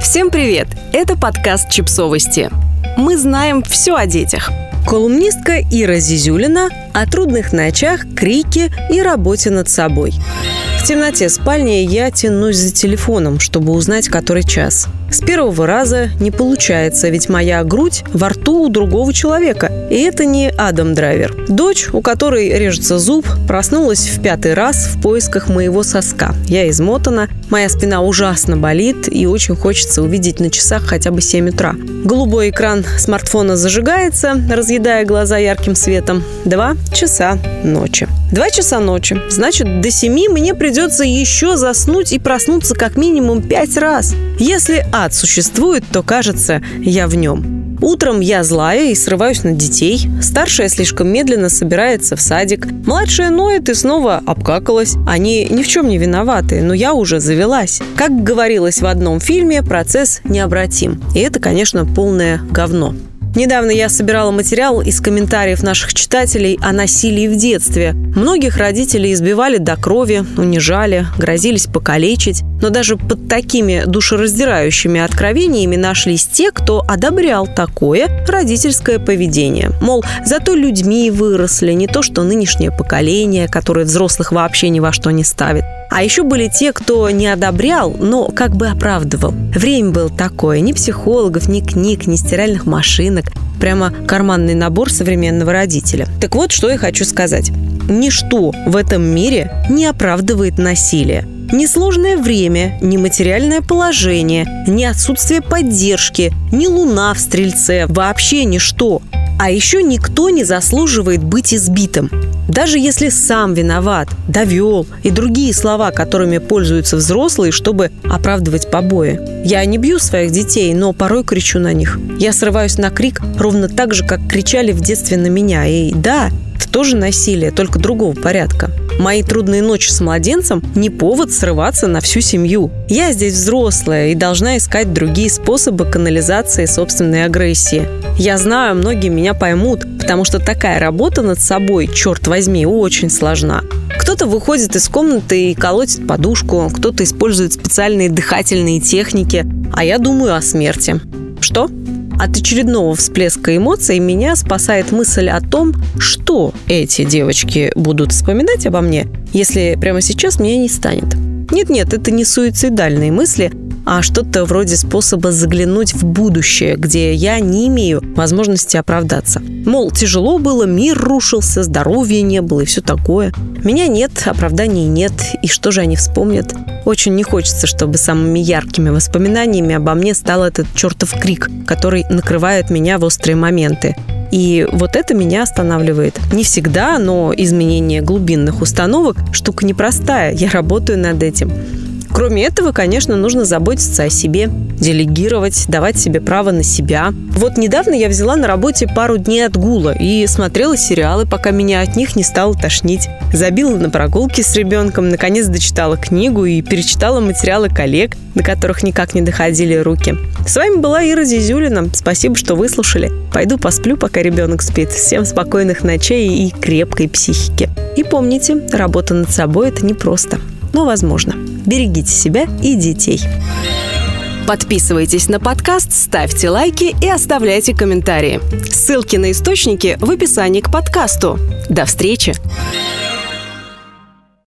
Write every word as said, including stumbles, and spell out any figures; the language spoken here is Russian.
Всем привет! Это подкаст «Чипсовости». Мы знаем все о детях. Колумнистка Ира Зизюлина о трудных ночах, крике и работе над собой. В темноте спальни я тянусь за телефоном, чтобы узнать, который час. С первого раза не получается, ведь моя грудь во рту у другого человека. И это не Адам Драйвер. Дочь, у которой режется зуб, проснулась в пятый раз в поисках моего соска. Я измотана, моя спина ужасно болит и очень хочется увидеть на часах хотя бы семь утра. Голубой экран смартфона зажигается, разъедая глаза ярким светом. Два часа ночи. Два часа ночи. Значит, до семи мне придется еще заснуть и проснуться как минимум пять раз. Если ад существует, то, кажется, я в нем. Утром я злая и срываюсь на детей. Старшая слишком медленно собирается в садик. Младшая ноет и снова обкакалась. Они ни в чем не виноваты, но я уже завелась. Как говорилось в одном фильме, процесс необратим. И это, конечно, полное говно. Недавно я собирала материал из комментариев наших читателей о насилии в детстве. Многих родителей избивали до крови, унижали, грозились покалечить. Но даже под такими душераздирающими откровениями нашлись те, кто одобрял такое родительское поведение. Мол, зато людьми выросли, не то что нынешнее поколение, которое взрослых вообще ни во что не ставит. А еще были те, кто не одобрял, но как бы оправдывал. Время было такое. Ни психологов, ни книг, ни стиральных машинок. Прямо карманный набор современного родителя. Так вот, что я хочу сказать. Ничто в этом мире не оправдывает насилие. Ни сложное время, ни материальное положение, ни отсутствие поддержки, ни луна в Стрельце, вообще ничто. А еще никто не заслуживает быть избитым. Даже если сам виноват, довел и другие слова, которыми пользуются взрослые, чтобы оправдывать побои. Я не бью своих детей, но порой кричу на них. Я срываюсь на крик ровно так же, как кричали в детстве на меня. И да, это тоже насилие, только другого порядка. Мои трудные ночи с младенцем – не повод срываться на всю семью. Я здесь взрослая и должна искать другие способы канализации собственной агрессии. Я знаю, многие меня поймут, потому что такая работа над собой, черт возьми, очень сложна. Кто-то выходит из комнаты и колотит подушку, кто-то использует специальные дыхательные техники, а я думаю о смерти. Что? От очередного всплеска эмоций меня спасает мысль о том, что эти девочки будут вспоминать обо мне, если прямо сейчас меня не станет. Нет-нет, это не суицидальные мысли, а что-то вроде способа заглянуть в будущее, где я не имею возможности оправдаться. Мол, тяжело было, мир рушился, здоровья не было и все такое. Меня нет, оправданий нет, и что же они вспомнят? Очень не хочется, чтобы самыми яркими воспоминаниями обо мне стал этот чертов крик, который накрывает меня в острые моменты. И вот это меня останавливает. Не всегда, но изменение глубинных установок – штука непростая. Я работаю над этим. Кроме этого, конечно, нужно заботиться о себе, делегировать, давать себе право на себя. Вот недавно я взяла на работе пару дней отгула и смотрела сериалы, пока меня от них не стало тошнить. Забила на прогулки с ребенком, наконец дочитала книгу и перечитала материалы коллег, до которых никак не доходили руки. С вами была Ира Зизюлина. Спасибо, что выслушали. Пойду посплю, пока ребенок спит. Всем спокойных ночей и крепкой психики. И помните, работа над собой – это непросто, но возможно. Берегите себя и детей. Подписывайтесь на подкаст, ставьте лайки и оставляйте комментарии. Ссылки на источники в описании к подкасту. До встречи!